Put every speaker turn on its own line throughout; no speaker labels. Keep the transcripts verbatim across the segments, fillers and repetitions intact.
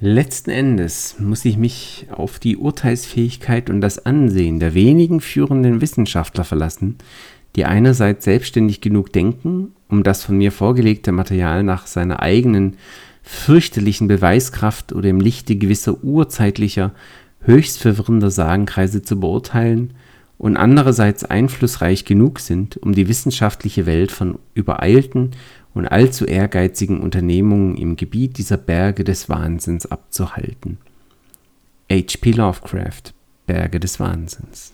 Letzten Endes muss ich mich auf die Urteilsfähigkeit und das Ansehen der wenigen führenden Wissenschaftler verlassen, die einerseits selbstständig genug denken, um das von mir vorgelegte Material nach seiner eigenen fürchterlichen Beweiskraft oder im Lichte gewisser urzeitlicher, höchst verwirrender Sagenkreise zu beurteilen, und andererseits einflussreich genug sind, um die wissenschaftliche Welt von übereilten und allzu ehrgeizigen Unternehmungen im Gebiet dieser Berge des Wahnsinns abzuhalten. H P. Lovecraft, Berge des Wahnsinns.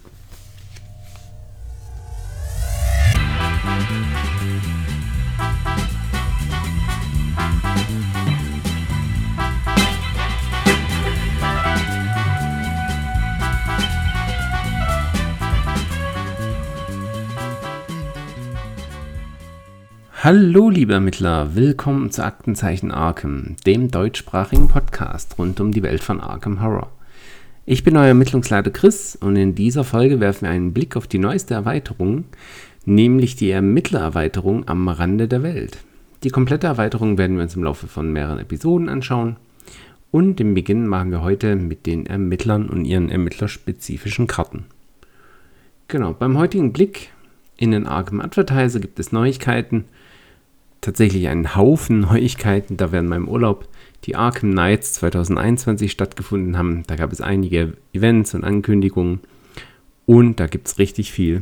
Hallo liebe Ermittler, willkommen zu Aktenzeichen Arkham, dem deutschsprachigen Podcast rund um die Welt von Arkham Horror. Ich bin euer Ermittlungsleiter Chris und in dieser Folge werfen wir einen Blick auf die neueste Erweiterung, nämlich die Ermittlererweiterung am Rande der Welt. Die komplette Erweiterung werden wir uns im Laufe von mehreren Episoden anschauen und den Beginn machen wir heute mit den Ermittlern und ihren ermittlerspezifischen Karten. Genau, beim heutigen Blick in den Arkham Advertiser gibt es Neuigkeiten, tatsächlich einen Haufen Neuigkeiten, da während meinem Urlaub die Arkham Nights zwanzig einundzwanzig stattgefunden haben. Da gab es einige Events und Ankündigungen und da gibt es richtig viel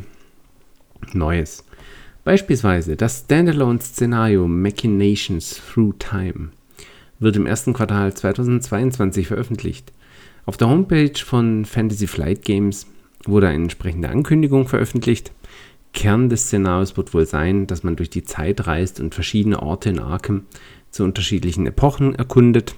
Neues. Beispielsweise das Standalone-Szenario Machinations Through Time wird im ersten Quartal zweitausendzweiundzwanzig veröffentlicht. Auf der Homepage von Fantasy Flight Games wurde eine entsprechende Ankündigung veröffentlicht. Kern des Szenarios wird wohl sein, dass man durch die Zeit reist und verschiedene Orte in Arkham zu unterschiedlichen Epochen erkundet.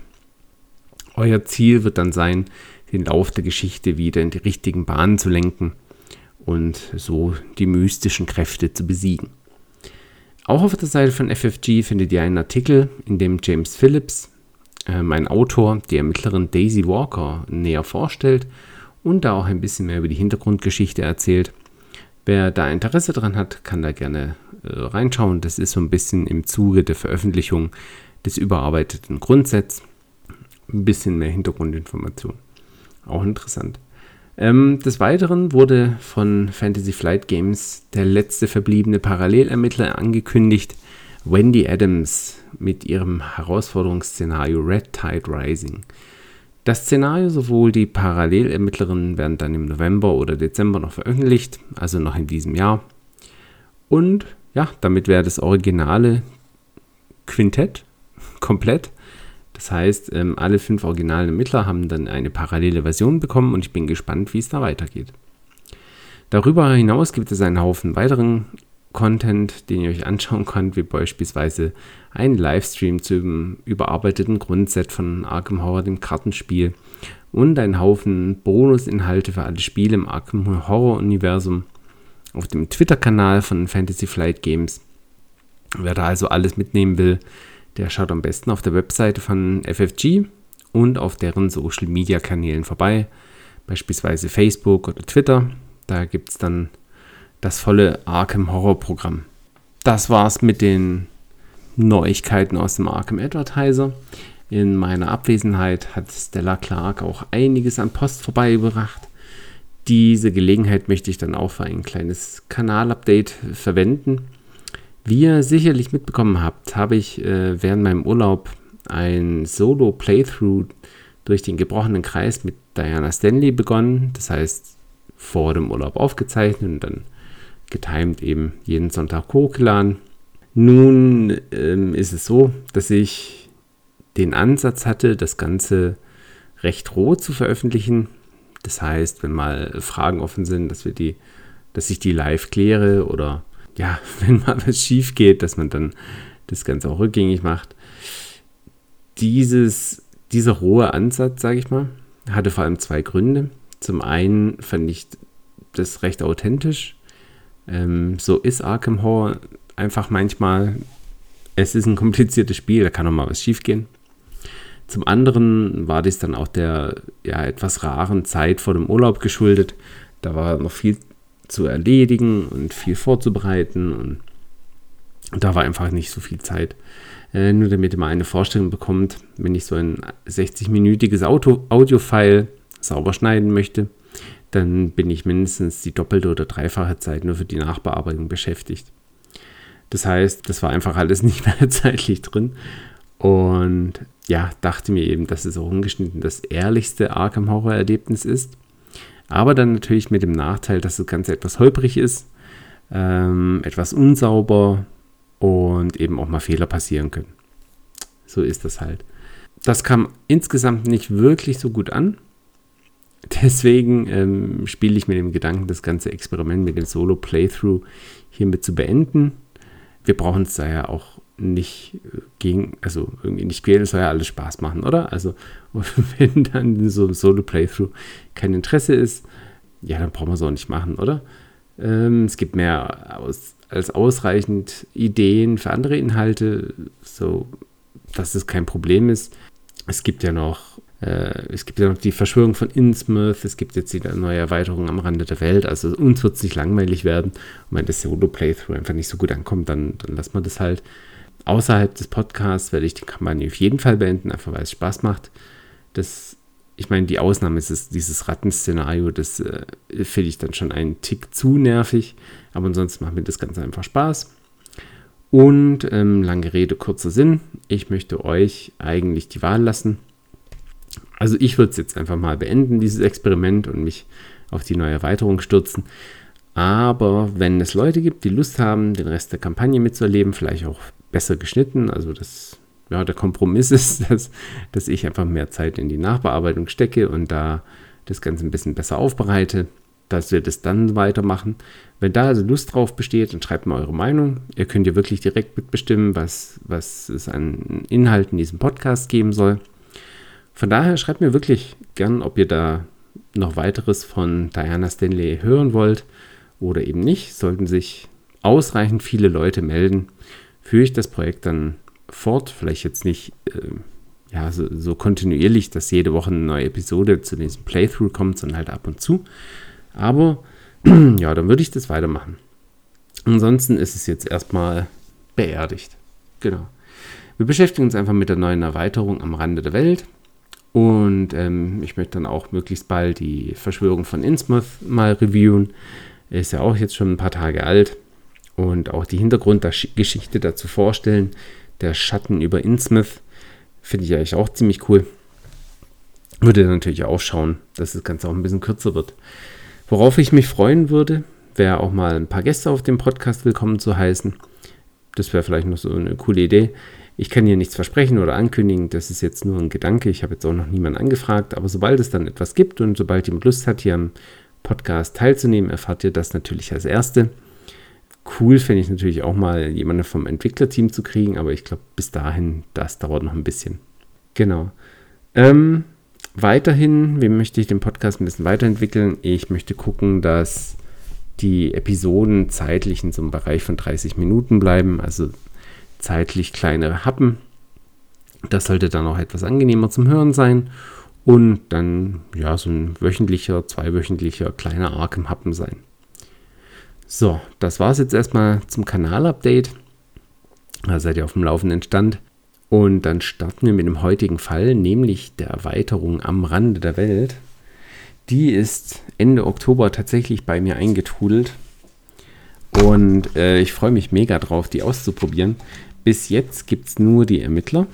Euer Ziel wird dann sein, den Lauf der Geschichte wieder in die richtigen Bahnen zu lenken und so die mystischen Kräfte zu besiegen. Auch auf der Seite von F F G findet ihr einen Artikel, in dem James Phillips, ähm, ein Autor, die Ermittlerin Daisy Walker näher vorstellt und da auch ein bisschen mehr über die Hintergrundgeschichte erzählt. Wer da Interesse dran hat, kann da gerne äh, reinschauen. Das ist so ein bisschen im Zuge der Veröffentlichung des überarbeiteten Grundsatzes. Ein bisschen mehr Hintergrundinformation. Auch interessant. Ähm, des Weiteren wurde von Fantasy Flight Games der letzte verbliebene Parallelermittler angekündigt, Wendy Adams mit ihrem Herausforderungsszenario Red Tide Rising. Das Szenario, sowohl die Parallelermittlerinnen werden dann im November oder Dezember noch veröffentlicht, also noch in diesem Jahr. Und ja, damit wäre das originale Quintett komplett. Das heißt, ähm, alle fünf originalen Ermittler haben dann eine parallele Version bekommen und ich bin gespannt, wie es da weitergeht. Darüber hinaus gibt es einen Haufen weiteren Content, den ihr euch anschauen könnt, wie beispielsweise ein Livestream zum überarbeiteten Grundset von Arkham Horror, dem Kartenspiel, und ein Haufen Bonusinhalte für alle Spiele im Arkham Horror Universum auf dem Twitter-Kanal von Fantasy Flight Games. Wer da also alles mitnehmen will, der schaut am besten auf der Webseite von F F G und auf deren Social-Media-Kanälen vorbei, beispielsweise Facebook oder Twitter. Da gibt es dann das volle Arkham Horror Programm. Das war's mit den Neuigkeiten aus dem Arkham Advertiser. In meiner Abwesenheit hat Stella Clark auch einiges an Post vorbeigebracht. Diese Gelegenheit möchte ich dann auch für ein kleines Kanalupdate verwenden. Wie ihr sicherlich mitbekommen habt, habe ich äh, während meinem Urlaub ein Solo-Playthrough durch den gebrochenen Kreis mit Diana Stanley begonnen. Das heißt, vor dem Urlaub aufgezeichnet und dann getimed eben jeden Sonntag hochgeladen. Nun ähm, ist es so, dass ich den Ansatz hatte, das Ganze recht roh zu veröffentlichen. Das heißt, wenn mal Fragen offen sind, dass wir die, dass ich die live kläre oder ja, wenn mal was schief geht, dass man dann das Ganze auch rückgängig macht. Dieses, dieser rohe Ansatz, sage ich mal, hatte vor allem zwei Gründe. Zum einen fand ich das recht authentisch. Ähm, so ist Arkham Horror einfach manchmal. Es ist ein kompliziertes Spiel, da kann auch mal was schief gehen. Zum anderen war dies dann auch der ja, etwas raren Zeit vor dem Urlaub geschuldet. Da war noch viel zu erledigen und viel vorzubereiten. Und Da war einfach nicht so viel Zeit. Äh, nur damit ihr mal eine Vorstellung bekommt, wenn ich so ein sechzig-minütiges Auto, Audio-File sauber schneiden möchte, dann bin ich mindestens die doppelte oder dreifache Zeit nur für die Nachbearbeitung beschäftigt. Das heißt, das war einfach alles nicht mehr zeitlich drin. Und ja, dachte mir eben, dass es auch ungeschnitten das ehrlichste Arkham Horror Erlebnis ist. Aber dann natürlich mit dem Nachteil, dass das Ganze etwas holprig ist, ähm, etwas unsauber und eben auch mal Fehler passieren können. So ist das halt. Das kam insgesamt nicht wirklich so gut an. Deswegen ähm, spiele ich mit dem Gedanken, das ganze Experiment mit dem Solo-Playthrough hiermit zu beenden. Wir brauchen es da ja auch nicht gegen, also irgendwie nicht quälen, es soll ja alles Spaß machen, oder? Also wenn dann so ein Solo-Playthrough kein Interesse ist, ja, dann brauchen wir es auch nicht machen, oder? Ähm, es gibt mehr aus, als ausreichend Ideen für andere Inhalte, so dass es kein Problem ist. Es gibt ja noch äh, es gibt ja noch die Verschwörung von Innsmouth, es gibt jetzt wieder neue Erweiterungen am Rande der Welt, also uns wird es nicht langweilig werden. Und wenn das Solo-Playthrough einfach nicht so gut ankommt, dann, dann lassen wir das halt. Außerhalb des Podcasts werde ich die Kampagne auf jeden Fall beenden, einfach weil es Spaß macht. Das, ich meine, die Ausnahme ist es, dieses Rattenszenario, das äh, finde ich dann schon einen Tick zu nervig, aber ansonsten macht mir das Ganze einfach Spaß. Und ähm, lange Rede, kurzer Sinn, ich möchte euch eigentlich die Wahl lassen. Also ich würde es jetzt einfach mal beenden, dieses Experiment, und mich auf die neue Erweiterung stürzen. Aber wenn es Leute gibt, die Lust haben, den Rest der Kampagne mitzuerleben, vielleicht auch besser geschnitten, also das, ja, der Kompromiss ist, dass, dass ich einfach mehr Zeit in die Nachbearbeitung stecke und da das Ganze ein bisschen besser aufbereite, dass wir das dann weitermachen. Wenn da also Lust drauf besteht, dann schreibt mal eure Meinung. Ihr könnt ja wirklich direkt mitbestimmen, was, was es an Inhalten in diesem Podcast geben soll. Von daher schreibt mir wirklich gern, ob ihr da noch weiteres von Diana Stanley hören wollt oder eben nicht. Sollten sich ausreichend viele Leute melden, führe ich das Projekt dann fort. Vielleicht jetzt nicht äh, ja, so, so kontinuierlich, dass jede Woche eine neue Episode zu diesem Playthrough kommt, sondern halt ab und zu. Aber ja, dann würde ich das weitermachen. Ansonsten ist es jetzt erstmal beerdigt. Genau. Wir beschäftigen uns einfach mit der neuen Erweiterung am Rande der Welt. Und ähm, ich möchte dann auch möglichst bald die Verschwörung von Innsmouth mal reviewen. Ist ja auch jetzt schon ein paar Tage alt. Und auch die Hintergrundgeschichte dazu vorstellen. Der Schatten über Innsmouth finde ich eigentlich auch ziemlich cool. Würde natürlich auch schauen, dass das Ganze auch ein bisschen kürzer wird. Worauf ich mich freuen würde, wäre auch mal ein paar Gäste auf dem Podcast willkommen zu heißen. Das wäre vielleicht noch so eine coole Idee. Ich kann hier nichts versprechen oder ankündigen, das ist jetzt nur ein Gedanke. Ich habe jetzt auch noch niemanden angefragt, aber sobald es dann etwas gibt und sobald jemand Lust hat, hier am Podcast teilzunehmen, erfahrt ihr das natürlich als Erste. Cool fände ich natürlich auch mal, jemanden vom Entwicklerteam zu kriegen, aber ich glaube, bis dahin, das dauert noch ein bisschen. Genau. Ähm, weiterhin, wie möchte ich den Podcast ein bisschen weiterentwickeln? Ich möchte gucken, dass die Episoden zeitlich in so einem Bereich von dreißig Minuten bleiben, also zeitlich kleinere Happen. Das sollte dann auch etwas angenehmer zum Hören sein und dann ja so ein wöchentlicher, zweiwöchentlicher kleiner Arkham-Happen sein. So, das war es jetzt erstmal zum Kanal-Update. Da seid ihr auf dem laufenden Stand. Und dann starten wir mit dem heutigen Fall, nämlich der Erweiterung am Rande der Welt. Die ist Ende Oktober tatsächlich bei mir eingetrudelt. Und äh, ich freue mich mega drauf, die auszuprobieren. Bis jetzt gibt es nur die Ermittler.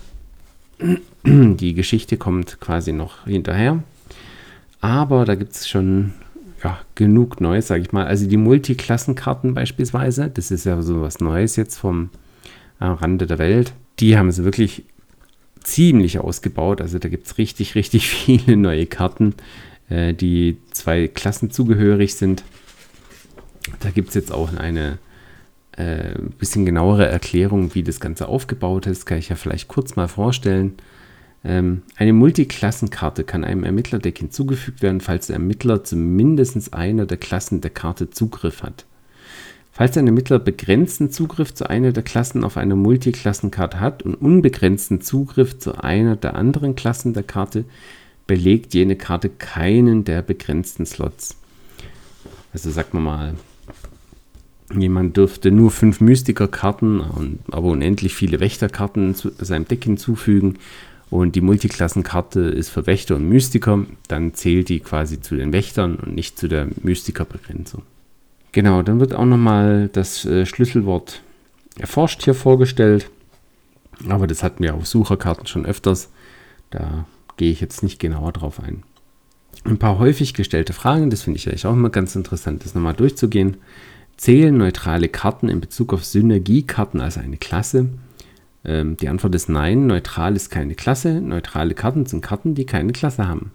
Die Geschichte kommt quasi noch hinterher. Aber da gibt es schon ja, genug Neues, sage ich mal. Also die Multiklassenkarten beispielsweise, das ist ja so was Neues jetzt vom äh, Rande der Welt. Die haben sie wirklich ziemlich ausgebaut. Also da gibt es richtig, richtig viele neue Karten, äh, die zwei Klassen zugehörig sind. Da gibt es jetzt auch eine äh, bisschen genauere Erklärung, wie das Ganze aufgebaut ist. Kann ich ja vielleicht kurz mal vorstellen. Ähm, eine Multiklassenkarte kann einem Ermittlerdeck hinzugefügt werden, falls der Ermittler zu mindestens einer der Klassen der Karte Zugriff hat. Falls ein Ermittler begrenzten Zugriff zu einer der Klassen auf einer Multiklassenkarte hat und unbegrenzten Zugriff zu einer der anderen Klassen der Karte, belegt jene Karte keinen der begrenzten Slots. Also sagt man mal, Jemand dürfte nur fünf Mystiker-Karten, aber unendlich viele Wächterkarten zu seinem Deck hinzufügen. Und die Multiklassenkarte ist für Wächter und Mystiker. Dann zählt die quasi zu den Wächtern und nicht zu der Mystiker-Begrenzung. Genau, dann wird auch nochmal das äh, Schlüsselwort erforscht hier vorgestellt. Aber das hatten wir auf Sucherkarten schon öfters. Da gehe ich jetzt nicht genauer drauf ein. Ein paar häufig gestellte Fragen, das finde ich eigentlich auch immer ganz interessant, das nochmal durchzugehen. Zählen neutrale Karten in Bezug auf Synergiekarten als eine Klasse? Ähm, die Antwort ist nein, neutral ist keine Klasse. Neutrale Karten sind Karten, die keine Klasse haben.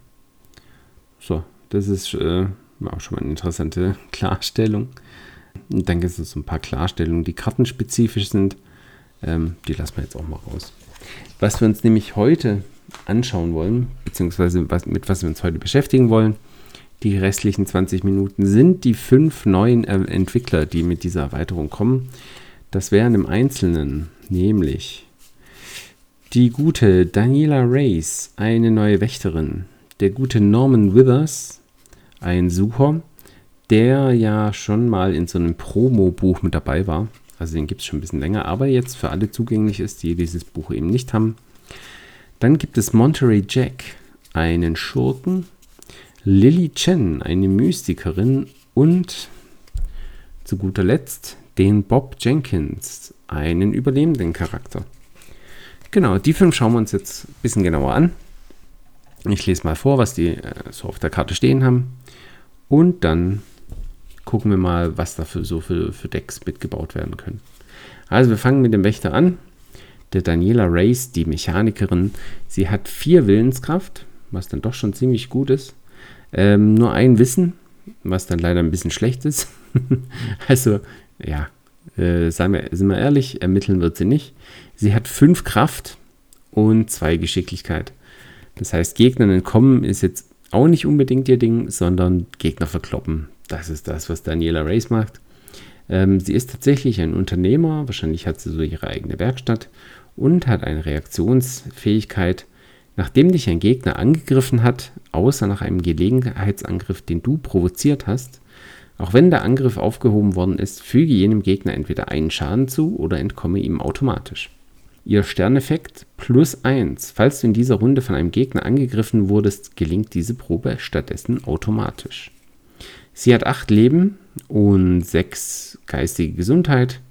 So, das ist äh, auch schon mal eine interessante Klarstellung. Und dann gibt es so ein paar Klarstellungen, die kartenspezifisch sind. Ähm, die lassen wir jetzt auch mal raus. Was wir uns nämlich heute anschauen wollen, beziehungsweise was, mit was wir uns heute beschäftigen wollen, die restlichen zwanzig Minuten, sind die fünf neuen äh, Entwickler, die mit dieser Erweiterung kommen. Das wären im Einzelnen nämlich die gute Daniela Reyes, eine neue Wächterin, der gute Norman Withers, ein Sucher, der ja schon mal in so einem Promo-Buch mit dabei war. Also den gibt es schon ein bisschen länger, aber jetzt für alle zugänglich ist, die dieses Buch eben nicht haben. Dann gibt es Monterey Jack, einen Schurken, Lily Chen, eine Mystikerin und zu guter Letzt den Bob Jenkins, einen überlebenden Charakter. Genau, die fünf schauen wir uns jetzt ein bisschen genauer an. Ich lese mal vor, was die äh, so auf der Karte stehen haben. Und dann gucken wir mal, was dafür so für, für Decks mitgebaut werden können. Also wir fangen mit dem Wächter an. Der Daniela Reyes, die Mechanikerin. Sie hat vier Willenskraft, was dann doch schon ziemlich gut ist. Ähm, nur ein Wissen, was dann leider ein bisschen schlecht ist. Also, ja, äh, seien wir, sind wir ehrlich, ermitteln wird sie nicht. Sie hat fünf Kraft und zwei Geschicklichkeit. Das heißt, Gegnern entkommen ist jetzt auch nicht unbedingt ihr Ding, sondern Gegner verkloppen. Das ist das, was Daniela Reyes macht. Ähm, sie ist tatsächlich ein Unternehmer, wahrscheinlich hat sie so ihre eigene Werkstatt und hat eine Reaktionsfähigkeit. Nachdem dich ein Gegner angegriffen hat, außer nach einem Gelegenheitsangriff, den du provoziert hast, auch wenn der Angriff aufgehoben worden ist, füge jenem Gegner entweder einen Schaden zu oder entkomme ihm automatisch. Ihr Sterneffekt plus eins. Falls du in dieser Runde von einem Gegner angegriffen wurdest, gelingt diese Probe stattdessen automatisch. Sie hat acht Leben und sechs geistige Gesundheit.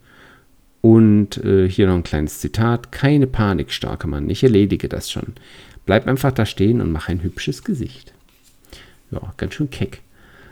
Und äh, hier noch ein kleines Zitat. Keine Panik, starker Mann, ich erledige das schon. Bleib einfach da stehen und mach ein hübsches Gesicht. Ja, ganz schön keck.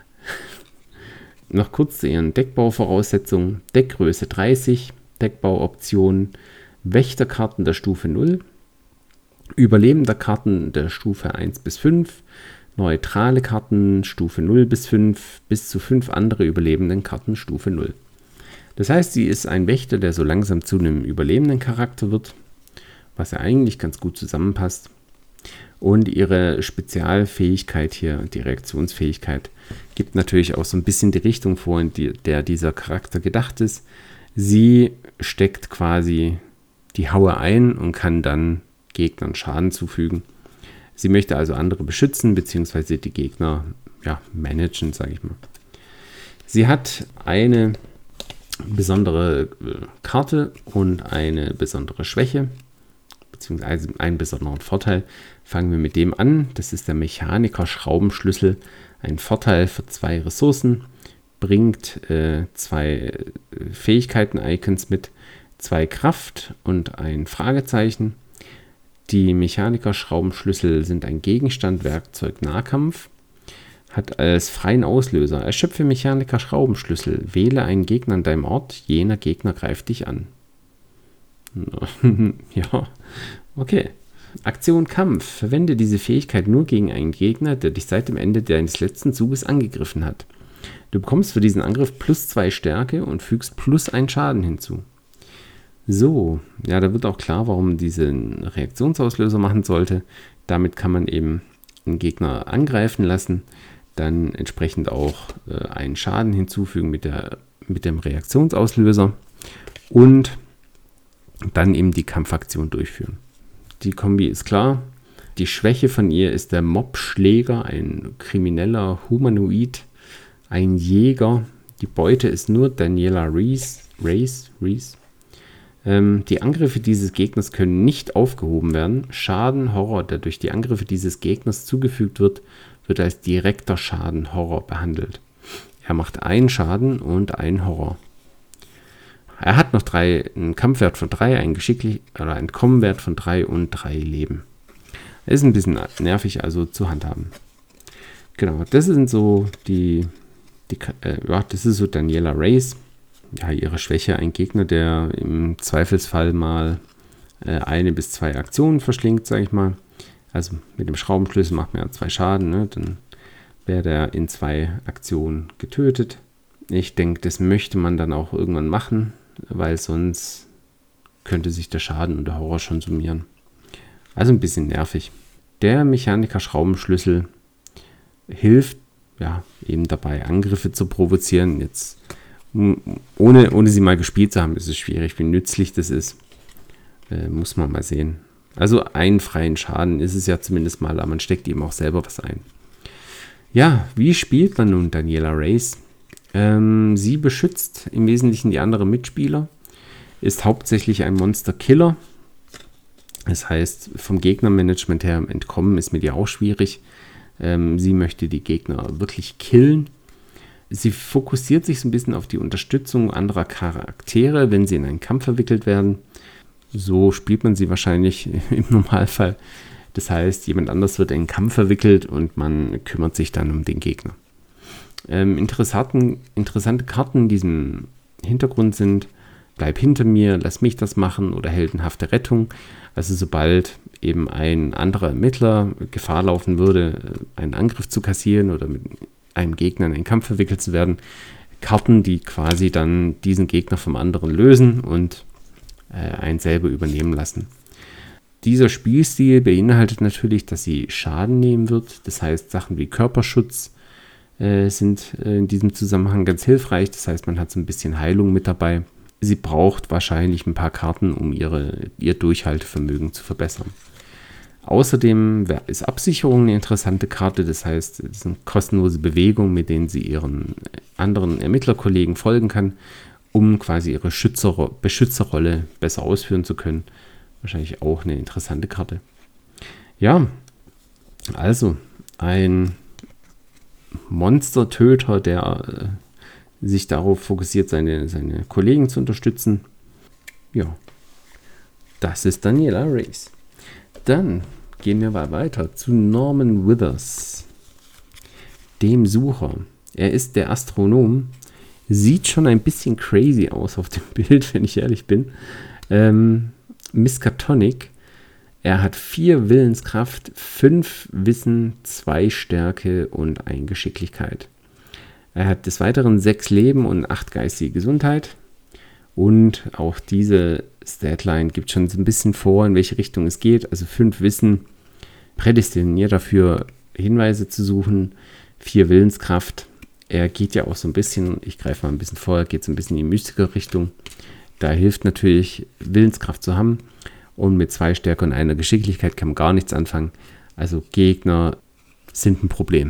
Noch kurz zu ihren Deckbauvoraussetzungen. Deckgröße dreißig, Deckbauoptionen, Wächterkarten der Stufe null, überlebender Karten der Stufe eins bis fünf, neutrale Karten Stufe null bis fünf, bis zu fünf andere überlebenden Karten Stufe null. Das heißt, sie ist ein Wächter, der so langsam zu einem überlebenden Charakter wird, was ja eigentlich ganz gut zusammenpasst. Und ihre Spezialfähigkeit hier, die Reaktionsfähigkeit, gibt natürlich auch so ein bisschen die Richtung vor, in die, der dieser Charakter gedacht ist. Sie steckt quasi die Haue ein und kann dann Gegnern Schaden zufügen. Sie möchte also andere beschützen, beziehungsweise die Gegner ja, managen, sage ich mal. Sie hat eine besondere Karte und eine besondere Schwäche, beziehungsweise einen besonderen Vorteil. Fangen wir mit dem an. Das ist der Mechaniker-Schraubenschlüssel. Ein Vorteil für zwei Ressourcen. Bringt äh, zwei Fähigkeiten-Icons mit, zwei Kraft und ein Fragezeichen. Die Mechaniker-Schraubenschlüssel sind ein Gegenstand, Werkzeug, Nahkampf. Hat als freien Auslöser: Erschöpfe Mechaniker-Schraubenschlüssel. Wähle einen Gegner an deinem Ort. Jener Gegner greift dich an. Ja, okay. Aktion Kampf. Verwende diese Fähigkeit nur gegen einen Gegner, der dich seit dem Ende deines letzten Zuges angegriffen hat. Du bekommst für diesen Angriff plus zwei Stärke und fügst plus einen Schaden hinzu. So, ja, da wird auch klar, warum man diesen Reaktionsauslöser machen sollte. Damit kann man eben einen Gegner angreifen lassen, dann entsprechend auch äh, einen Schaden hinzufügen mit, der, mit dem Reaktionsauslöser und dann eben die Kampfaktion durchführen. Die Kombi ist klar. Die Schwäche von ihr ist der Mobschläger, ein krimineller Humanoid, ein Jäger, Die Beute ist nur Daniela Reese. Reese, Reese. Ähm, die Angriffe dieses Gegners können nicht aufgehoben werden. Schaden, Horror, der durch die Angriffe dieses Gegners zugefügt wird, wird als direkter Schaden, Horror behandelt. Er macht einen Schaden und einen Horror. Er hat noch drei, einen Kampfwert von drei, einen Geschicklich oder einen Kommenwert von drei und drei Leben. Ist ein bisschen nervig, also zu handhaben. Genau, das sind so die, die äh, ja, das ist so Daniela Reese. Ja, ihre Schwäche, ein Gegner, der im Zweifelsfall mal äh, eine bis zwei Aktionen verschlingt, sage ich mal. Also mit dem Schraubenschlüssel macht man ja zwei Schaden, ne? Dann wäre der in zwei Aktionen getötet. Ich denke, das möchte man dann auch irgendwann machen, weil sonst könnte sich der Schaden und der Horror schon summieren. Also ein bisschen nervig. Der Mechaniker Schraubenschlüssel hilft ja eben dabei, Angriffe zu provozieren. Jetzt ohne, ohne sie mal gespielt zu haben, ist es schwierig, wie nützlich das ist. Äh, muss man mal sehen. Also einen freien Schaden ist es ja zumindest mal, aber man steckt eben auch selber was ein. Ja, wie spielt man nun Daniela Reese? Ähm, sie beschützt im Wesentlichen die anderen Mitspieler, ist hauptsächlich ein Monster-Killer. Das heißt, vom Gegnermanagement her entkommen ist mit ihr auch schwierig. Ähm, sie möchte die Gegner wirklich killen. Sie fokussiert sich so ein bisschen auf die Unterstützung anderer Charaktere, wenn sie in einen Kampf verwickelt werden. So spielt man sie wahrscheinlich im Normalfall. Das heißt, jemand anders wird in einen Kampf verwickelt und man kümmert sich dann um den Gegner. Ähm, interessanten, interessante Karten in diesem Hintergrund sind: Bleib hinter mir, lass mich das machen oder heldenhafte Rettung. Also sobald eben ein anderer Ermittler Gefahr laufen würde, einen Angriff zu kassieren oder mit einem Gegner in einen Kampf verwickelt zu werden, Karten, die quasi dann diesen Gegner vom anderen lösen und äh, einen selber übernehmen lassen. Dieser Spielstil beinhaltet natürlich, dass sie Schaden nehmen wird. Das heißt, Sachen wie Körperschutz äh, sind äh, in diesem Zusammenhang ganz hilfreich. Das heißt, man hat so ein bisschen Heilung mit dabei. Sie braucht wahrscheinlich ein paar Karten, um ihre, ihr Durchhaltevermögen zu verbessern. Außerdem ist Absicherung eine interessante Karte. Das heißt, es sind kostenlose Bewegungen, mit denen sie ihren anderen Ermittlerkollegen folgen kann, um quasi ihre Schützer, Beschützerrolle besser ausführen zu können. Wahrscheinlich auch eine interessante Karte. Ja, also ein Monstertöter, der äh, sich darauf fokussiert, seine, seine Kollegen zu unterstützen. Ja, das ist Daniela Reese. Dann gehen wir mal weiter zu Norman Withers, dem Sucher. Er ist der Astronom. Sieht schon ein bisschen crazy aus auf dem Bild, wenn ich ehrlich bin. Ähm, Miskatonic. Er hat vier Willenskraft, fünf Wissen, zwei Stärke und eine Geschicklichkeit. Er hat des Weiteren sechs Leben und acht geistige Gesundheit. Und auch diese Statline gibt schon so ein bisschen vor, in welche Richtung es geht. Also fünf Wissen, prädestiniert dafür, Hinweise zu suchen. Vier Willenskraft. Er geht ja auch so ein bisschen, ich greife mal ein bisschen vor, geht so ein bisschen in die Mystiker-Richtung. Da hilft natürlich, Willenskraft zu haben. Und mit zwei Stärke und einer Geschicklichkeit kann man gar nichts anfangen. Also Gegner sind ein Problem.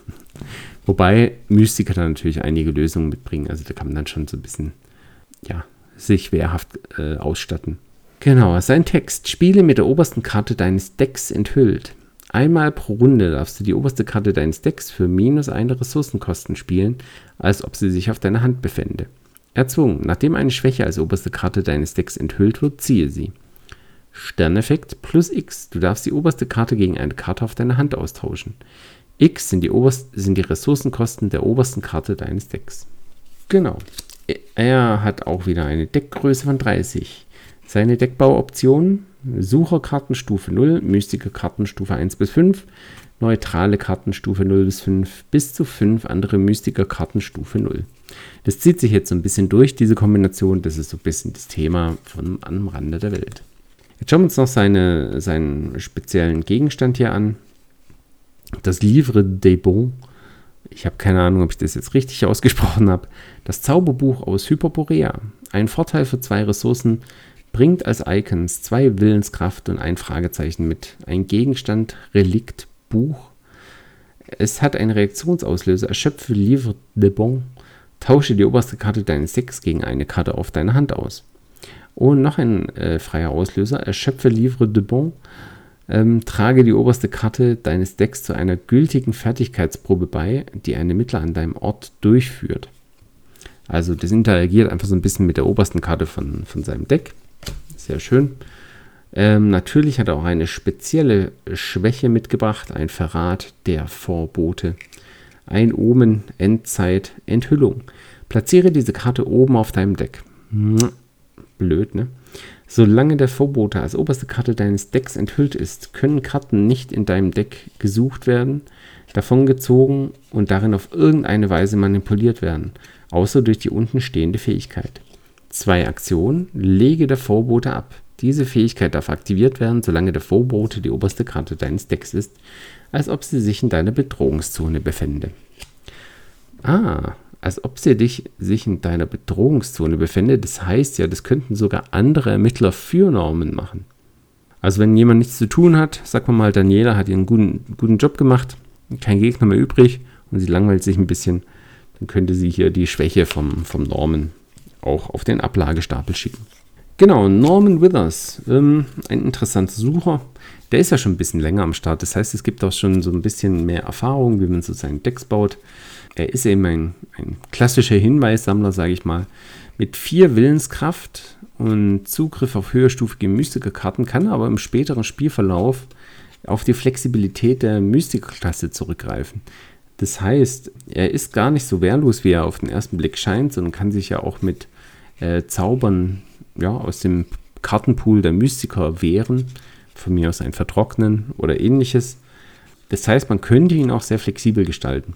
Wobei Mystiker dann natürlich einige Lösungen mitbringen. Also da kann man dann schon so ein bisschen, ja, sich wehrhaft äh, ausstatten. Genau, sein Text. Spiele mit der obersten Karte deines Decks enthüllt. Einmal pro Runde darfst du die oberste Karte deines Decks für minus eine Ressourcenkosten spielen, als ob sie sich auf deiner Hand befände. Erzwungen. Nachdem eine Schwäche als oberste Karte deines Decks enthüllt wird, ziehe sie. Sterneffekt plus X. Du darfst die oberste Karte gegen eine Karte auf deiner Hand austauschen. X sind die, oberst, sind die Ressourcenkosten der obersten Karte deines Decks. Genau. Er hat auch wieder eine Deckgröße von dreißig. Seine Deckbauoptionen: Sucherkarten Stufe null, Mystikerkarten Stufe eins bis fünf, neutrale Karten Stufe null bis fünf, bis zu fünf andere Mystikerkarten Stufe null. Das zieht sich jetzt so ein bisschen durch, diese Kombination. Das ist so ein bisschen das Thema von am Rande der Welt. Jetzt schauen wir uns noch seine, seinen speziellen Gegenstand hier an. Das Livre des Bons. Ich habe keine Ahnung, ob ich das jetzt richtig ausgesprochen habe. Das Zauberbuch aus Hyperborea. Ein Vorteil für zwei Ressourcen, bringt als Icons zwei Willenskraft und ein Fragezeichen mit. Ein Gegenstand, Relikt, Buch. Es hat einen Reaktionsauslöser. Erschöpfe Livre des Bons Tausche die oberste Karte deines Decks gegen eine Karte auf deiner Hand aus. Und noch ein äh, freier Auslöser. Erschöpfe Livre de Bon. Ähm, trage die oberste Karte deines Decks zu einer gültigen Fertigkeitsprobe bei, die ein Ermittler an deinem Ort durchführt. Also das interagiert einfach so ein bisschen mit der obersten Karte von, von seinem Deck. Sehr schön. Ähm, natürlich hat er auch eine spezielle Schwäche mitgebracht. Ein Verrat der Vorbote. Ein Omen, Endzeit, Enthüllung. Platziere diese Karte oben auf deinem Deck. Blöd, ne? Solange der Vorbote als oberste Karte deines Decks enthüllt ist, können Karten nicht in deinem Deck gesucht werden, davongezogen und darin auf irgendeine Weise manipuliert werden, außer durch die unten stehende Fähigkeit. Zwei Aktionen, lege der Vorbote ab. Diese Fähigkeit darf aktiviert werden, solange der Vorbote die oberste Karte deines Decks ist, als ob sie sich in deiner Bedrohungszone befände. Ah, als ob sie dich, sich in deiner Bedrohungszone befände. Das heißt ja, das könnten sogar andere Ermittler für Norman machen. Also wenn jemand nichts zu tun hat, sagen wir mal, Daniela hat ihren guten, guten Job gemacht, kein Gegner mehr übrig und sie langweilt sich ein bisschen, dann könnte sie hier die Schwäche vom, vom Norman auch auf den Ablagestapel schicken. Genau, Norman Withers, ähm, ein interessanter Sucher. Der ist ja schon ein bisschen länger am Start. Das heißt, es gibt auch schon so ein bisschen mehr Erfahrung, wie man so seine Decks baut. Er ist eben ein, ein klassischer Hinweissammler, sage ich mal. Mit vier Willenskraft und Zugriff auf höherstufige Mystikerkarten kann er aber im späteren Spielverlauf auf die Flexibilität der Mystikerklasse zurückgreifen. Das heißt, er ist gar nicht so wehrlos, wie er auf den ersten Blick scheint, sondern kann sich ja auch mit äh, Zaubern ja, aus dem Kartenpool der Mystiker wehren. Von mir aus ein Vertrocknen oder ähnliches. Das heißt, man könnte ihn auch sehr flexibel gestalten.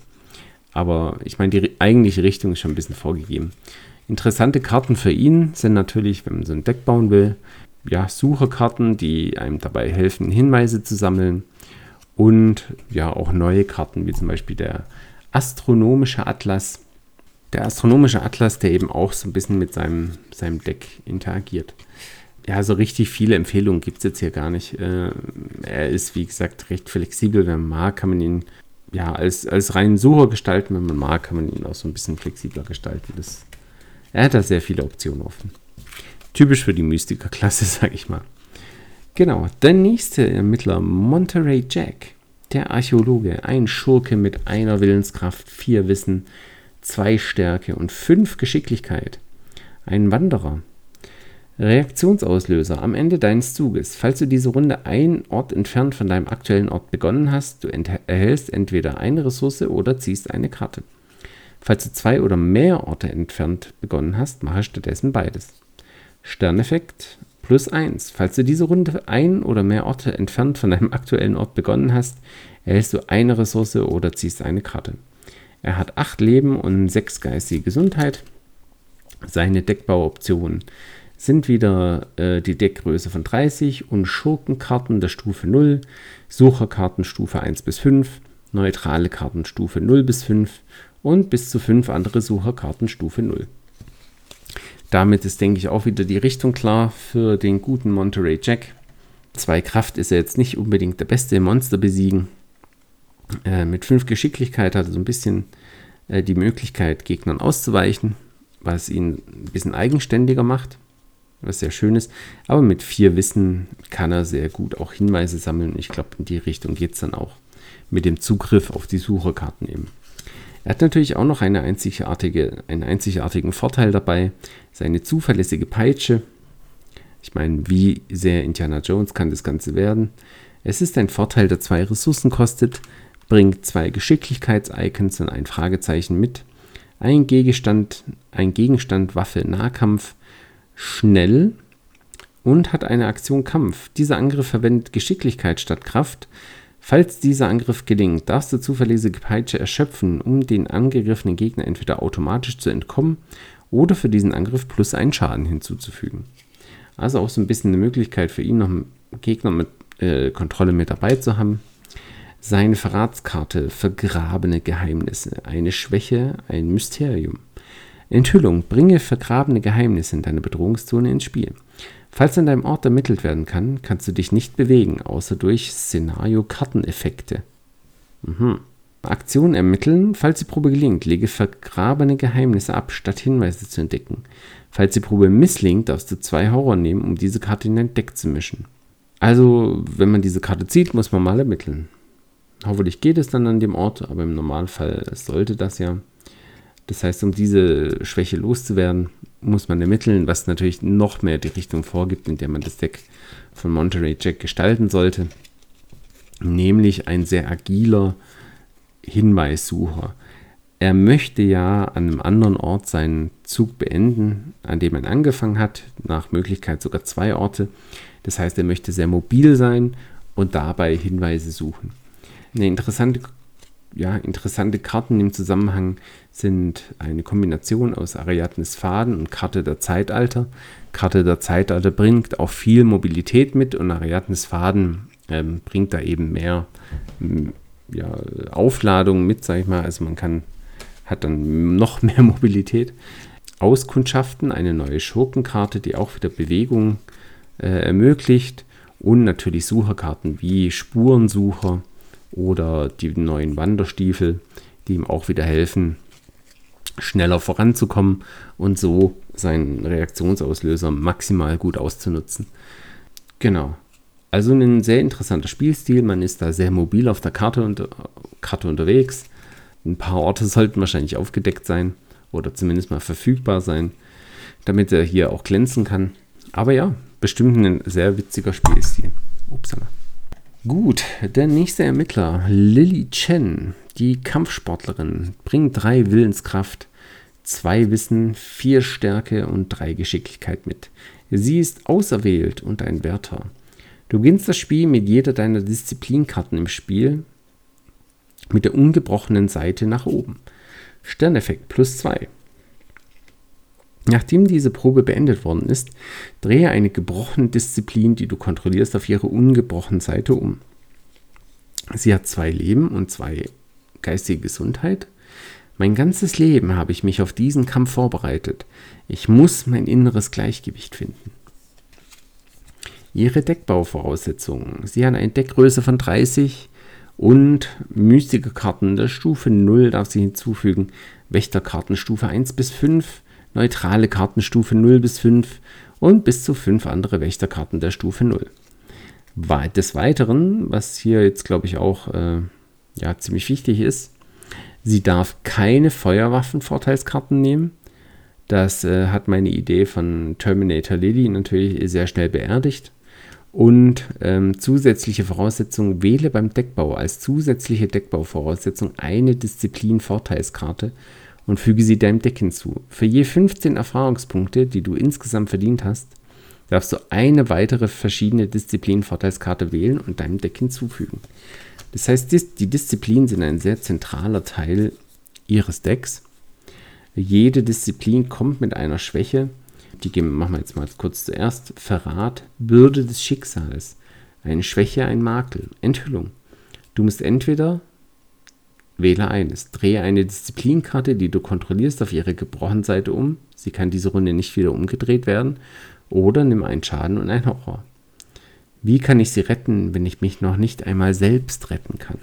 Aber ich meine, die eigentliche Richtung ist schon ein bisschen vorgegeben. Interessante Karten für ihn sind natürlich, wenn man so ein Deck bauen will, ja, Sucherkarten, die einem dabei helfen, Hinweise zu sammeln. Und ja, auch neue Karten, wie zum Beispiel der Astronomische Atlas. Der Astronomische Atlas, der eben auch so ein bisschen mit seinem, seinem Deck interagiert. Ja, so richtig viele Empfehlungen gibt es jetzt hier gar nicht. Äh, er ist, wie gesagt, recht flexibel. Wenn man mag, kann man ihn ja als, als reinen Sucher gestalten. Wenn man mag, kann man ihn auch so ein bisschen flexibler gestalten. Das, er hat da sehr viele Optionen offen. Typisch für die Mystiker-Klasse, sag ich mal. Genau, der nächste Ermittler, Monterey Jack. Der Archäologe, ein Schurke mit einer Willenskraft, vier Wissen, zwei Stärke und fünf Geschicklichkeit. Ein Wanderer. Reaktionsauslöser am Ende deines Zuges. Falls du diese Runde einen Ort entfernt von deinem aktuellen Ort begonnen hast, du ent- erhältst entweder eine Ressource oder ziehst eine Karte. Falls du zwei oder mehr Orte entfernt begonnen hast, mache stattdessen beides. Sterneffekt plus eins. Falls du diese Runde ein oder mehr Orte entfernt von deinem aktuellen Ort begonnen hast, erhältst du eine Ressource oder ziehst eine Karte. Er hat acht Leben und sechs geistige Gesundheit. Seine Deckbauoptionen sind wieder äh, die Deckgröße von dreißig und Schurkenkarten der Stufe null, Sucherkarten Stufe eins bis fünf, neutrale Karten Stufe null bis fünf und bis zu fünf andere Sucherkarten Stufe null. Damit ist, denke ich, auch wieder die Richtung klar für den guten Monterey Jack. Zwei Kraft ist er jetzt nicht unbedingt der beste im Monster besiegen. Äh, mit fünf Geschicklichkeit hat er so ein bisschen äh, die Möglichkeit, Gegnern auszuweichen, was ihn ein bisschen eigenständiger macht, was sehr schön ist. Aber mit vier Wissen kann er sehr gut auch Hinweise sammeln. Ich glaube, in die Richtung geht es dann auch mit dem Zugriff auf die Sucherkarten eben. Er hat natürlich auch noch eine einzigartige, einen einzigartigen Vorteil dabei, seine zuverlässige Peitsche. Ich meine, wie sehr Indiana Jones kann das Ganze werden? Es ist ein Vorteil, der zwei Ressourcen kostet, bringt zwei Geschicklichkeits-Icons und ein Fragezeichen mit, ein Gegenstand, ein Gegenstand, Waffe, Nahkampf, schnell und hat eine Aktion Kampf. Dieser Angriff verwendet Geschicklichkeit statt Kraft. Falls dieser Angriff gelingt, darfst du zuverlässige Peitsche erschöpfen, um den angegriffenen Gegner entweder automatisch zu entkommen oder für diesen Angriff plus einen Schaden hinzuzufügen. Also auch so ein bisschen eine Möglichkeit für ihn, noch einen Gegner mit äh, Kontrolle mit dabei zu haben. Seine Verratskarte, vergrabene Geheimnisse, eine Schwäche, ein Mysterium. Enthüllung, bringe vergrabene Geheimnisse in deine Bedrohungszone ins Spiel. Falls an deinem Ort ermittelt werden kann, kannst du dich nicht bewegen, außer durch Szenario-Karteneffekte. Mhm. Aktion ermitteln. Falls die Probe gelingt, lege vergrabene Geheimnisse ab, statt Hinweise zu entdecken. Falls die Probe misslingt, darfst du zwei Horror nehmen, um diese Karte in dein Deck zu mischen. Also, wenn man diese Karte zieht, muss man mal ermitteln. Hoffentlich geht es dann an dem Ort, aber im Normalfall sollte das ja. Das heißt, um diese Schwäche loszuwerden, muss man ermitteln, was natürlich noch mehr die Richtung vorgibt, in der man das Deck von Monterey Jack gestalten sollte. Nämlich ein sehr agiler Hinweissucher. Er möchte ja an einem anderen Ort seinen Zug beenden, an dem er angefangen hat, nach Möglichkeit sogar zwei Orte. Das heißt, er möchte sehr mobil sein und dabei Hinweise suchen. Eine interessante, ja, interessante Karten im Zusammenhang sind eine Kombination aus Ariadnes Faden und Karte der Zeitalter. Karte der Zeitalter bringt auch viel Mobilität mit und Ariadnes Faden ähm, bringt da eben mehr ähm, ja, Aufladung mit, sag ich mal. Also man kann, hat dann noch mehr Mobilität. Auskundschaften, eine neue Schurkenkarte, die auch wieder Bewegung äh, ermöglicht. Und natürlich Sucherkarten wie Spurensucher oder die neuen Wanderstiefel, die ihm auch wieder helfen, schneller voranzukommen und so seinen Reaktionsauslöser maximal gut auszunutzen. Genau. Also ein sehr interessanter Spielstil. Man ist da sehr mobil auf der Karte, unter, Karte unterwegs. Ein paar Orte sollten wahrscheinlich aufgedeckt sein oder zumindest mal verfügbar sein, damit er hier auch glänzen kann. Aber ja, bestimmt ein sehr witziger Spielstil. Upsala. Gut, der nächste Ermittler, Lily Chen, die Kampfsportlerin, bringt drei Willenskraft, zwei Wissen, vier Stärke und drei Geschicklichkeit mit. Sie ist auserwählt und ein Wärter. Du beginnst das Spiel mit jeder deiner Disziplinkarten im Spiel mit der ungebrochenen Seite nach oben. Sterneffekt plus zwei. Nachdem diese Probe beendet worden ist, drehe eine gebrochene Disziplin, die du kontrollierst, auf ihre ungebrochene Seite um. Sie hat zwei Leben und zwei geistige Gesundheit. Mein ganzes Leben habe ich mich auf diesen Kampf vorbereitet. Ich muss mein inneres Gleichgewicht finden. Ihre Deckbauvoraussetzungen. Sie hat eine Deckgröße von dreißig und Mystikerkarten der Stufe null darf sie hinzufügen. Wächterkarten Stufe eins bis fünf, neutrale Karten Stufe null bis fünf und bis zu fünf andere Wächterkarten der Stufe null. Des Weiteren, was hier jetzt glaube ich auch äh, ja, ziemlich wichtig ist, sie darf keine Feuerwaffen-Vorteilskarten nehmen. Das äh, hat meine Idee von Terminator Lily natürlich sehr schnell beerdigt. Und ähm, zusätzliche Voraussetzung, wähle beim Deckbau als zusätzliche Deckbauvoraussetzung eine Disziplin-Vorteilskarte und füge sie deinem Deck hinzu. Für je fünfzehn Erfahrungspunkte, die du insgesamt verdient hast, darfst du eine weitere verschiedene Disziplin-Vorteilskarte wählen und deinem Deck hinzufügen. Das heißt, die Disziplinen sind ein sehr zentraler Teil ihres Decks. Jede Disziplin kommt mit einer Schwäche. Die machen wir jetzt mal kurz zuerst. Verrat, Bürde des Schicksals, eine Schwäche, ein Makel, Enthüllung. Du musst entweder, wähle eines, drehe eine Disziplinkarte, die du kontrollierst, auf ihre gebrochene Seite um. Sie kann diese Runde nicht wieder umgedreht werden. Oder nimm einen Schaden und einen Horror. Wie kann ich sie retten, wenn ich mich noch nicht einmal selbst retten kann?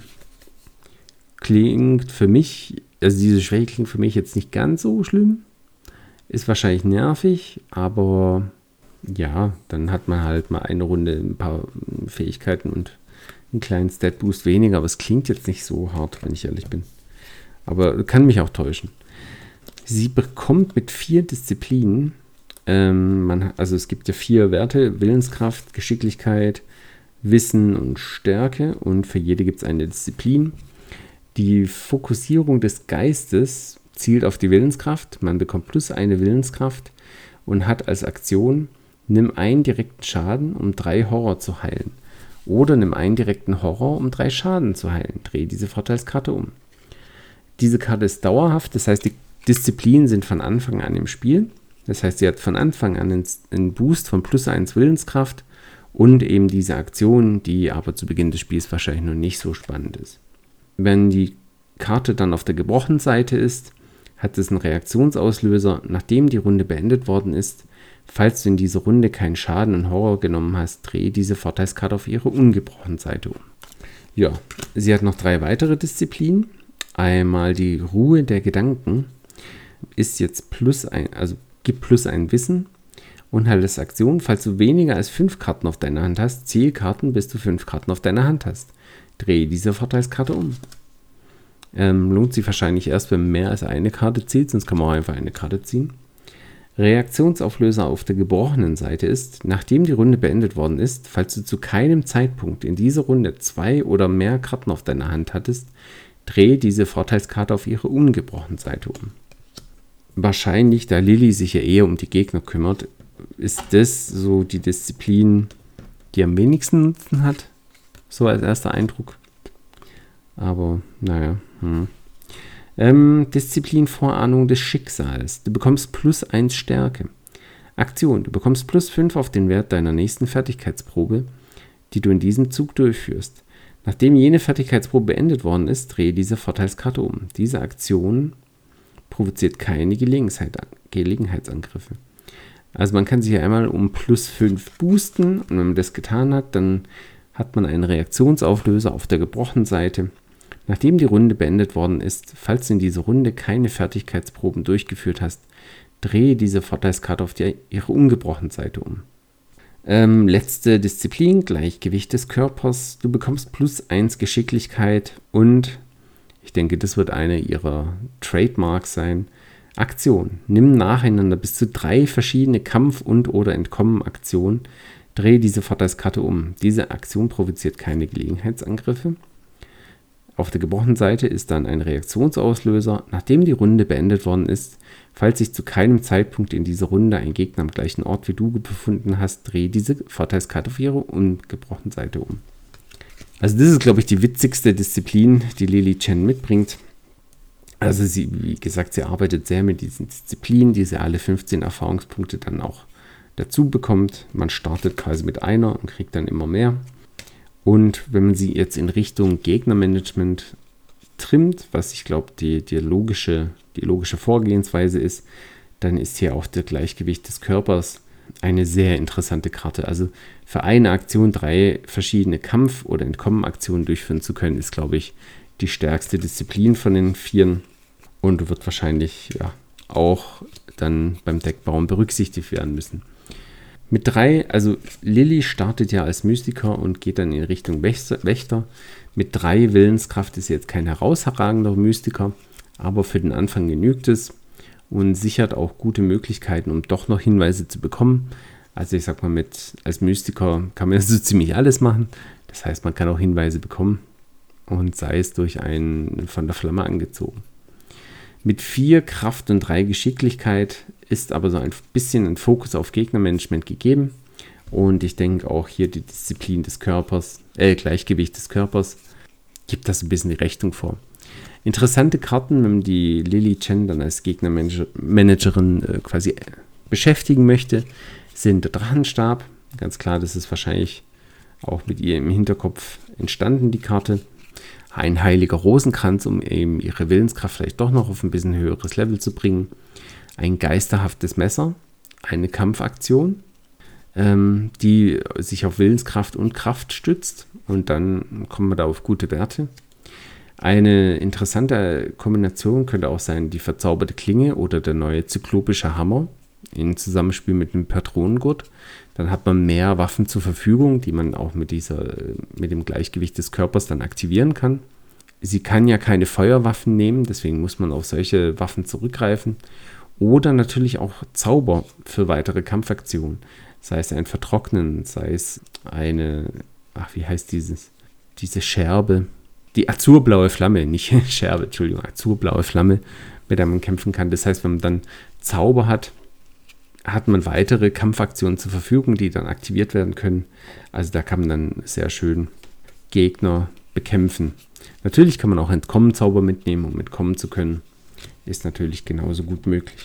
Klingt für mich, also diese Schwäche klingt für mich jetzt nicht ganz so schlimm. Ist wahrscheinlich nervig, aber ja, dann hat man halt mal eine Runde ein paar Fähigkeiten und einen kleinen Stat-Boost weniger. Aber es klingt jetzt nicht so hart, wenn ich ehrlich bin. Aber kann mich auch täuschen. Sie bekommt mit vier Disziplinen, ähm, man, also es gibt ja vier Werte, Willenskraft, Geschicklichkeit, Wissen und Stärke. Und für jede gibt es eine Disziplin. Die Fokussierung des Geistes zielt auf die Willenskraft. Man bekommt plus eine Willenskraft und hat als Aktion, nimm einen direkten Schaden, um drei Horror zu heilen. Oder nimm einen direkten Horror, um drei Schaden zu heilen. Dreh diese Vorteilskarte um. Diese Karte ist dauerhaft, das heißt, die Disziplinen sind von Anfang an im Spiel. Das heißt, sie hat von Anfang an einen Boost von plus eins Willenskraft und eben diese Aktion, die aber zu Beginn des Spiels wahrscheinlich noch nicht so spannend ist. Wenn die Karte dann auf der gebrochenen Seite ist, hat es einen Reaktionsauslöser, nachdem die Runde beendet worden ist. Falls du in dieser Runde keinen Schaden und Horror genommen hast, drehe diese Vorteilskarte auf ihre ungebrochene Seite um. Ja, sie hat noch drei weitere Disziplinen. Einmal die Ruhe der Gedanken ist jetzt plus ein, also gibt plus ein Wissen und halt als Aktion, falls du weniger als fünf Karten auf deiner Hand hast, zähl Karten, bis du fünf Karten auf deiner Hand hast. Drehe diese Vorteilskarte um. Ähm, lohnt sich wahrscheinlich erst, wenn man mehr als eine Karte zieht, sonst kann man auch einfach eine Karte ziehen. Reaktionsauflöser auf der gebrochenen Seite ist, nachdem die Runde beendet worden ist, falls du zu keinem Zeitpunkt in dieser Runde zwei oder mehr Karten auf deiner Hand hattest, drehe diese Vorteilskarte auf ihre ungebrochene Seite um. Wahrscheinlich, da Lilly sich ja eher um die Gegner kümmert, ist das so die Disziplin, die am wenigsten Nutzen hat, so als erster Eindruck. Aber, naja. Hm. Ähm, Disziplin Vorahnung des Schicksals. Du bekommst plus eins Stärke. Aktion. Du bekommst plus fünf auf den Wert deiner nächsten Fertigkeitsprobe, die du in diesem Zug durchführst. Nachdem jene Fertigkeitsprobe beendet worden ist, drehe diese Vorteilskarte um. Diese Aktion provoziert keine Gelegenheit, Gelegenheitsangriffe. Also man kann sich ja einmal um plus fünf boosten und wenn man das getan hat, dann hat man einen Reaktionsauflöser auf der gebrochenen Seite. Nachdem die Runde beendet worden ist, falls du in dieser Runde keine Fertigkeitsproben durchgeführt hast, drehe diese Vorteilskarte auf die, ihre ungebrochene Seite um. Ähm, letzte Disziplin, Gleichgewicht des Körpers. Du bekommst plus eins Geschicklichkeit und, ich denke, das wird eine ihrer Trademarks sein, Aktion. Nimm nacheinander bis zu drei verschiedene Kampf- und oder Entkommen-Aktionen. Drehe diese Vorteilskarte um. Diese Aktion provoziert keine Gelegenheitsangriffe. Auf der gebrochenen Seite ist dann ein Reaktionsauslöser, nachdem die Runde beendet worden ist. Falls sich zu keinem Zeitpunkt in dieser Runde ein Gegner am gleichen Ort wie du befunden hast, drehe diese Vorteilskarte auf ihre ungebrochene Seite um. Also das ist, glaube ich, die witzigste Disziplin, die Lilly Chen mitbringt. Also sie, wie gesagt, sie arbeitet sehr mit diesen Disziplinen, die sie alle fünfzehn Erfahrungspunkte dann auch dazu bekommt. Man startet quasi mit einer und kriegt dann immer mehr. Und wenn man sie jetzt in Richtung Gegnermanagement trimmt, was ich glaube die, die, logische, die logische Vorgehensweise ist, dann ist hier auch der Gleichgewicht des Körpers eine sehr interessante Karte. Also für eine Aktion drei verschiedene Kampf- oder Entkommen-Aktionen durchführen zu können, ist, glaube ich, die stärkste Disziplin von den vieren und wird wahrscheinlich ja, auch dann beim Deckbauen berücksichtigt werden müssen. Mit drei, also Lilly startet ja als Mystiker und geht dann in Richtung Wächter. Mit drei Willenskraft ist jetzt kein herausragender Mystiker, aber für den Anfang genügt es und sichert auch gute Möglichkeiten, um doch noch Hinweise zu bekommen. Also ich sag mal, mit als Mystiker kann man so ziemlich alles machen. Das heißt, man kann auch Hinweise bekommen und sei es durch einen von der Flamme angezogen. Mit vier Kraft und drei Geschicklichkeit ist aber so ein bisschen ein Fokus auf Gegnermanagement gegeben. Und ich denke auch hier die Disziplin des Körpers, äh, Gleichgewicht des Körpers, gibt das ein bisschen die Rechnung vor. Interessante Karten, wenn man die Lilly Chen dann als Gegnermanagerin äh, quasi beschäftigen möchte, sind der Drachenstab. Ganz klar, das ist wahrscheinlich auch mit ihr im Hinterkopf entstanden, die Karte. Ein heiliger Rosenkranz, um eben ihre Willenskraft vielleicht doch noch auf ein bisschen höheres Level zu bringen. Ein geisterhaftes Messer, eine Kampfaktion, ähm, die sich auf Willenskraft und Kraft stützt. Und dann kommen wir da auf gute Werte. Eine interessante Kombination könnte auch sein die verzauberte Klinge oder der neue zyklopische Hammer in Zusammenspiel mit einem Patronengurt. Dann hat man mehr Waffen zur Verfügung, die man auch mit, dieser, mit dem Gleichgewicht des Körpers dann aktivieren kann. Sie kann ja keine Feuerwaffen nehmen, deswegen muss man auf solche Waffen zurückgreifen. Oder natürlich auch Zauber für weitere Kampfaktionen. Sei es ein Vertrocknen, sei es eine, ach wie heißt dieses, diese Scherbe, die azurblaue Flamme, nicht Scherbe, Entschuldigung, azurblaue Flamme, mit der man kämpfen kann. Das heißt, wenn man dann Zauber hat, hat man weitere Kampfaktionen zur Verfügung, die dann aktiviert werden können. Also da kann man dann sehr schön Gegner bekämpfen. Natürlich kann man auch Entkommenzauber mitnehmen, um entkommen zu können. Ist natürlich genauso gut möglich.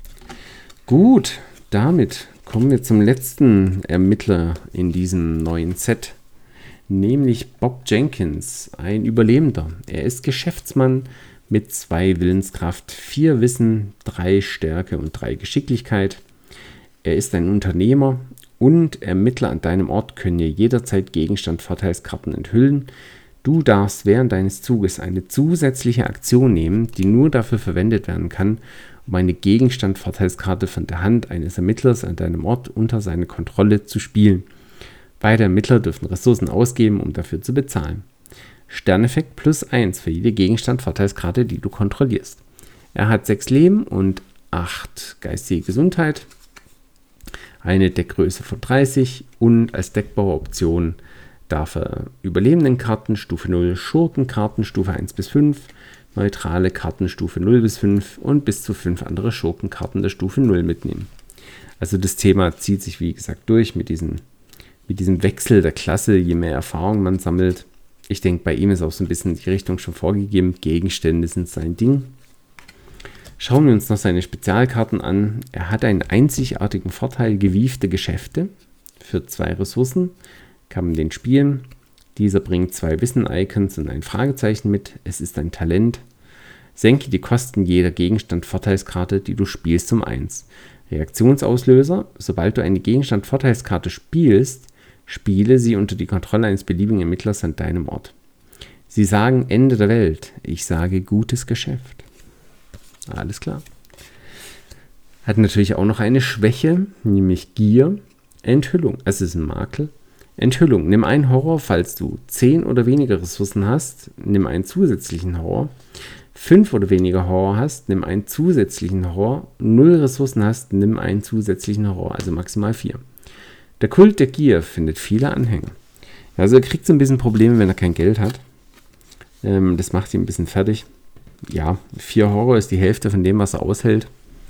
Gut, damit kommen wir zum letzten Ermittler in diesem neuen Set, nämlich Bob Jenkins, ein Überlebender. Er ist Geschäftsmann mit zwei Willenskraft, vier Wissen, drei Stärke und drei Geschicklichkeit. Er ist ein Unternehmer und Ermittler an deinem Ort können dir jederzeit Gegenstand-Vorteilskarten enthüllen. Du darfst während deines Zuges eine zusätzliche Aktion nehmen, die nur dafür verwendet werden kann, um eine Gegenstand-Vorteilskarte von der Hand eines Ermittlers an deinem Ort unter seine Kontrolle zu spielen. Beide Ermittler dürfen Ressourcen ausgeben, um dafür zu bezahlen. Sterneffekt plus eins für jede Gegenstand-Vorteilskarte, die du kontrollierst. Er hat sechs Leben und acht geistige Gesundheit, eine Deckgröße von dreißig und als Deckbaueroption darf er überlebenden Karten Stufe null, Schurkenkarten Stufe eins bis fünf, neutrale Karten Stufe null bis fünf und bis zu fünf andere Schurkenkarten der Stufe null mitnehmen. Also das Thema zieht sich wie gesagt durch mit, diesen, mit diesem Wechsel der Klasse, je mehr Erfahrung man sammelt. Ich denke, bei ihm ist auch so ein bisschen die Richtung schon vorgegeben. Gegenstände sind sein Ding. Schauen wir uns noch seine Spezialkarten an. Er hat einen einzigartigen Vorteil, gewiefte Geschäfte für zwei Ressourcen. Kann man den spielen. Dieser bringt zwei Wissen-Icons und ein Fragezeichen mit. Es ist ein Talent. Senke die Kosten jeder Gegenstand-Vorteilskarte, die du spielst, um eins. Reaktionsauslöser. Sobald du eine Gegenstand-Vorteilskarte spielst, spiele sie unter die Kontrolle eines beliebigen Ermittlers an deinem Ort. Sie sagen Ende der Welt. Ich sage gutes Geschäft. Alles klar. Hat natürlich auch noch eine Schwäche, nämlich Gier. Enthüllung. Es ist ein Makel. Enthüllung. Nimm einen Horror, falls du zehn oder weniger Ressourcen hast. Nimm einen zusätzlichen Horror. fünf oder weniger Horror hast. Nimm einen zusätzlichen Horror. null Ressourcen hast. Nimm einen zusätzlichen Horror. Also maximal vier. Der Kult der Gier findet viele Anhänger. Also er kriegt so ein bisschen Probleme, wenn er kein Geld hat. Ähm, das macht ihn ein bisschen fertig. Ja, vier Horror ist die Hälfte von dem, was er aushält.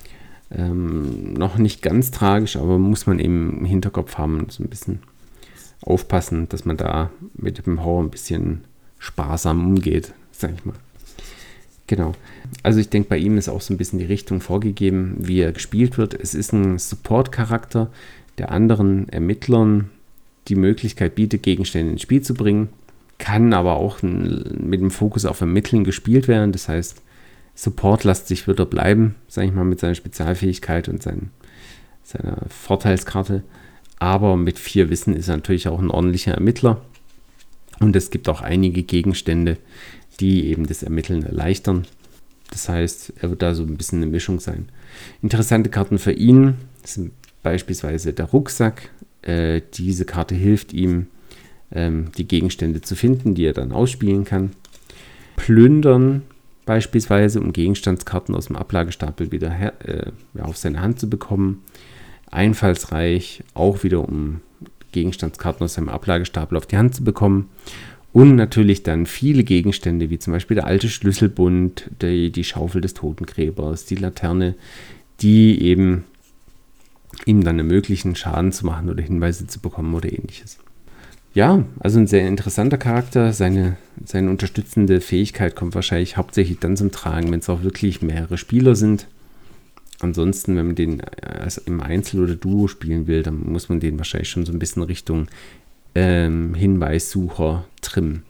Ähm, noch nicht ganz tragisch, aber muss man eben im Hinterkopf haben, so ein bisschen aufpassen, dass man da mit dem Horror ein bisschen sparsam umgeht, sag ich mal. Genau. Also ich denke, bei ihm ist auch so ein bisschen die Richtung vorgegeben, wie er gespielt wird. Es ist ein Support-Charakter, der anderen Ermittlern die Möglichkeit bietet, Gegenstände ins Spiel zu bringen. Kann aber auch mit dem Fokus auf Ermitteln gespielt werden. Das heißt, supportlastig wird er bleiben, sage ich mal, mit seiner Spezialfähigkeit und sein, seiner Vorteilskarte. Aber mit vier Wissen ist er natürlich auch ein ordentlicher Ermittler. Und es gibt auch einige Gegenstände, die eben das Ermitteln erleichtern. Das heißt, er wird da so ein bisschen eine Mischung sein. Interessante Karten für ihn sind beispielsweise der Rucksack. Äh, diese Karte hilft ihm, ähm, die Gegenstände zu finden, die er dann ausspielen kann. Plündern beispielsweise, um Gegenstandskarten aus dem Ablagestapel wieder her, äh, ja, auf seine Hand zu bekommen. Einfallsreich, auch wieder um Gegenstandskarten aus seinem Ablagestapel auf die Hand zu bekommen. Und natürlich dann viele Gegenstände, wie zum Beispiel der alte Schlüsselbund, die, die Schaufel des Totengräbers, die Laterne, die eben ihm dann ermöglichen, Schaden zu machen oder Hinweise zu bekommen oder ähnliches. Ja, also ein sehr interessanter Charakter. Seine, seine unterstützende Fähigkeit kommt wahrscheinlich hauptsächlich dann zum Tragen, wenn es auch wirklich mehrere Spieler sind. Ansonsten, wenn man den im Einzel oder Duo spielen will, dann muss man den wahrscheinlich schon so ein bisschen Richtung ähm, Hinweissucher trimmen.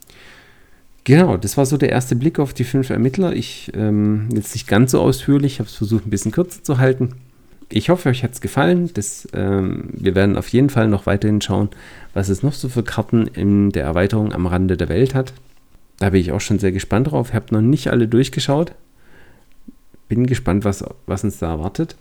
Genau, das war so der erste Blick auf die fünf Ermittler. Ich ähm, jetzt nicht ganz so ausführlich, habe es versucht, ein bisschen kürzer zu halten. Ich hoffe, euch hat es gefallen. Das, ähm, wir werden auf jeden Fall noch weiterhin schauen, was es noch so für Karten in der Erweiterung am Rande der Welt hat. Da bin ich auch schon sehr gespannt drauf. Ich habe noch nicht alle durchgeschaut. Bin gespannt, was, was uns da erwartet.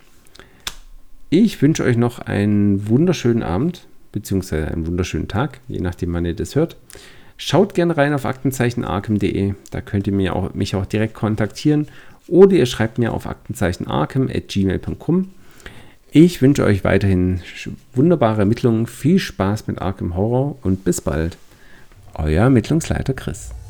Ich wünsche euch noch einen wunderschönen Abend, beziehungsweise einen wunderschönen Tag, je nachdem, wann ihr das hört. Schaut gerne rein auf aktenzeichen arkham punkt de. Da könnt ihr mich auch, mich auch direkt kontaktieren. Oder ihr schreibt mir auf aktenzeichen arkham at gmail punkt com. Ich wünsche euch weiterhin wunderbare Ermittlungen, viel Spaß mit Arkham Horror und bis bald. Euer Ermittlungsleiter Chris.